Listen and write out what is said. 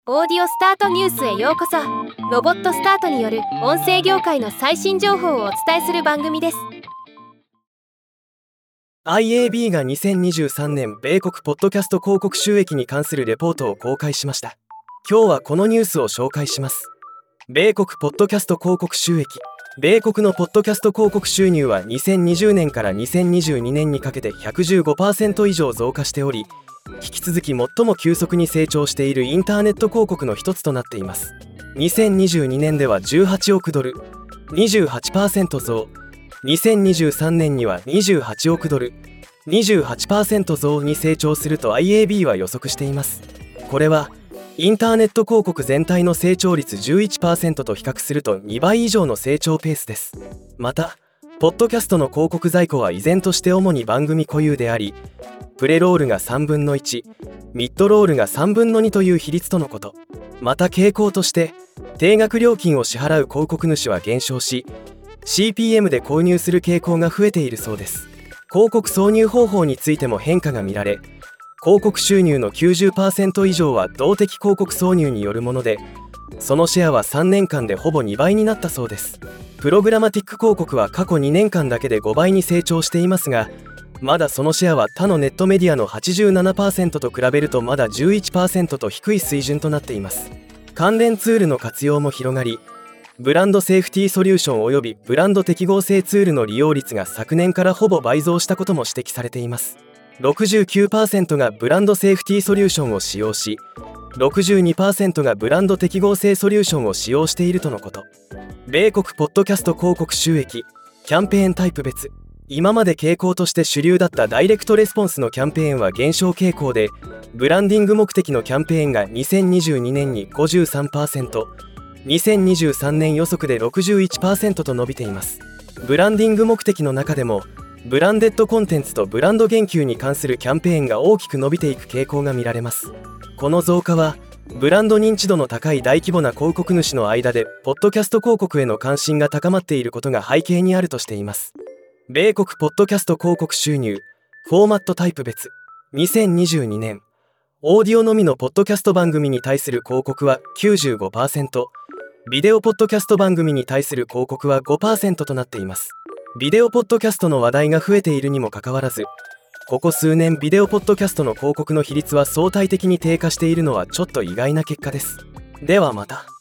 オーディオスタートニュースへようこそ。ロボットスタートによる音声業界の最新情報をお伝えする番組です。 IAB が2023年米国ポッドキャスト広告収益に関するレポートを公開しました。今日はこのニュースを紹介します。米国ポッドキャスト広告収益。米国のポッドキャスト広告収入は2020年から2022年にかけて 115% 以上増加しており、引き続き最も急速に成長しているインターネット広告の一つとなっています。2022年では18億ドル、28% 増。2023年には28億ドル、28% 増に成長すると IAB は予測しています。これはインターネット広告全体の成長率 11% と比較すると2倍以上の成長ペースです。また、ポッドキャストの広告在庫は依然として主に番組固有であり、プレロールが3分の1、ミッドロールが3分の2という比率とのこと。また傾向として、定額料金を支払う広告主は減少し、CPM で購入する傾向が増えているそうです。広告挿入方法についても変化が見られ、広告収入の 90% 以上は動的広告挿入によるもので、そのシェアは3年間でほぼ2倍になったそうです。プログラマティック広告は過去2年間だけで5倍に成長していますが、まだそのシェアは他のネットメディアの 87% と比べるとまだ 11% と低い水準となっています。関連ツールの活用も広がり、ブランドセーフティーソリューションおよびブランド適合性ツールの利用率が昨年からほぼ倍増したことも指摘されています。69% がブランドセーフティーソリューションを使用し、62% がブランド適合性ソリューションを使用しているとのこと。米国ポッドキャスト広告収益。キャンペーンタイプ別。今まで傾向として主流だったダイレクトレスポンスのキャンペーンは減少傾向で、ブランディング目的のキャンペーンが2022年に 53%、2023年予測で 61% と伸びています。ブランディング目的の中でも、ブランデッドコンテンツとブランド言及に関するキャンペーンが大きく伸びていく傾向が見られます。この増加は、ブランド認知度の高い大規模な広告主の間でポッドキャスト広告への関心が高まっていることが背景にあるとしています。米国ポッドキャスト広告収入。フォーマットタイプ別。2022年、オーディオのみのポッドキャスト番組に対する広告は 95%、ビデオポッドキャスト番組に対する広告は 5% となっています。ビデオポッドキャストの話題が増えているにもかかわらず、ここ数年ビデオポッドキャストの広告の比率は相対的に低下しているのはちょっと意外な結果です。ではまた。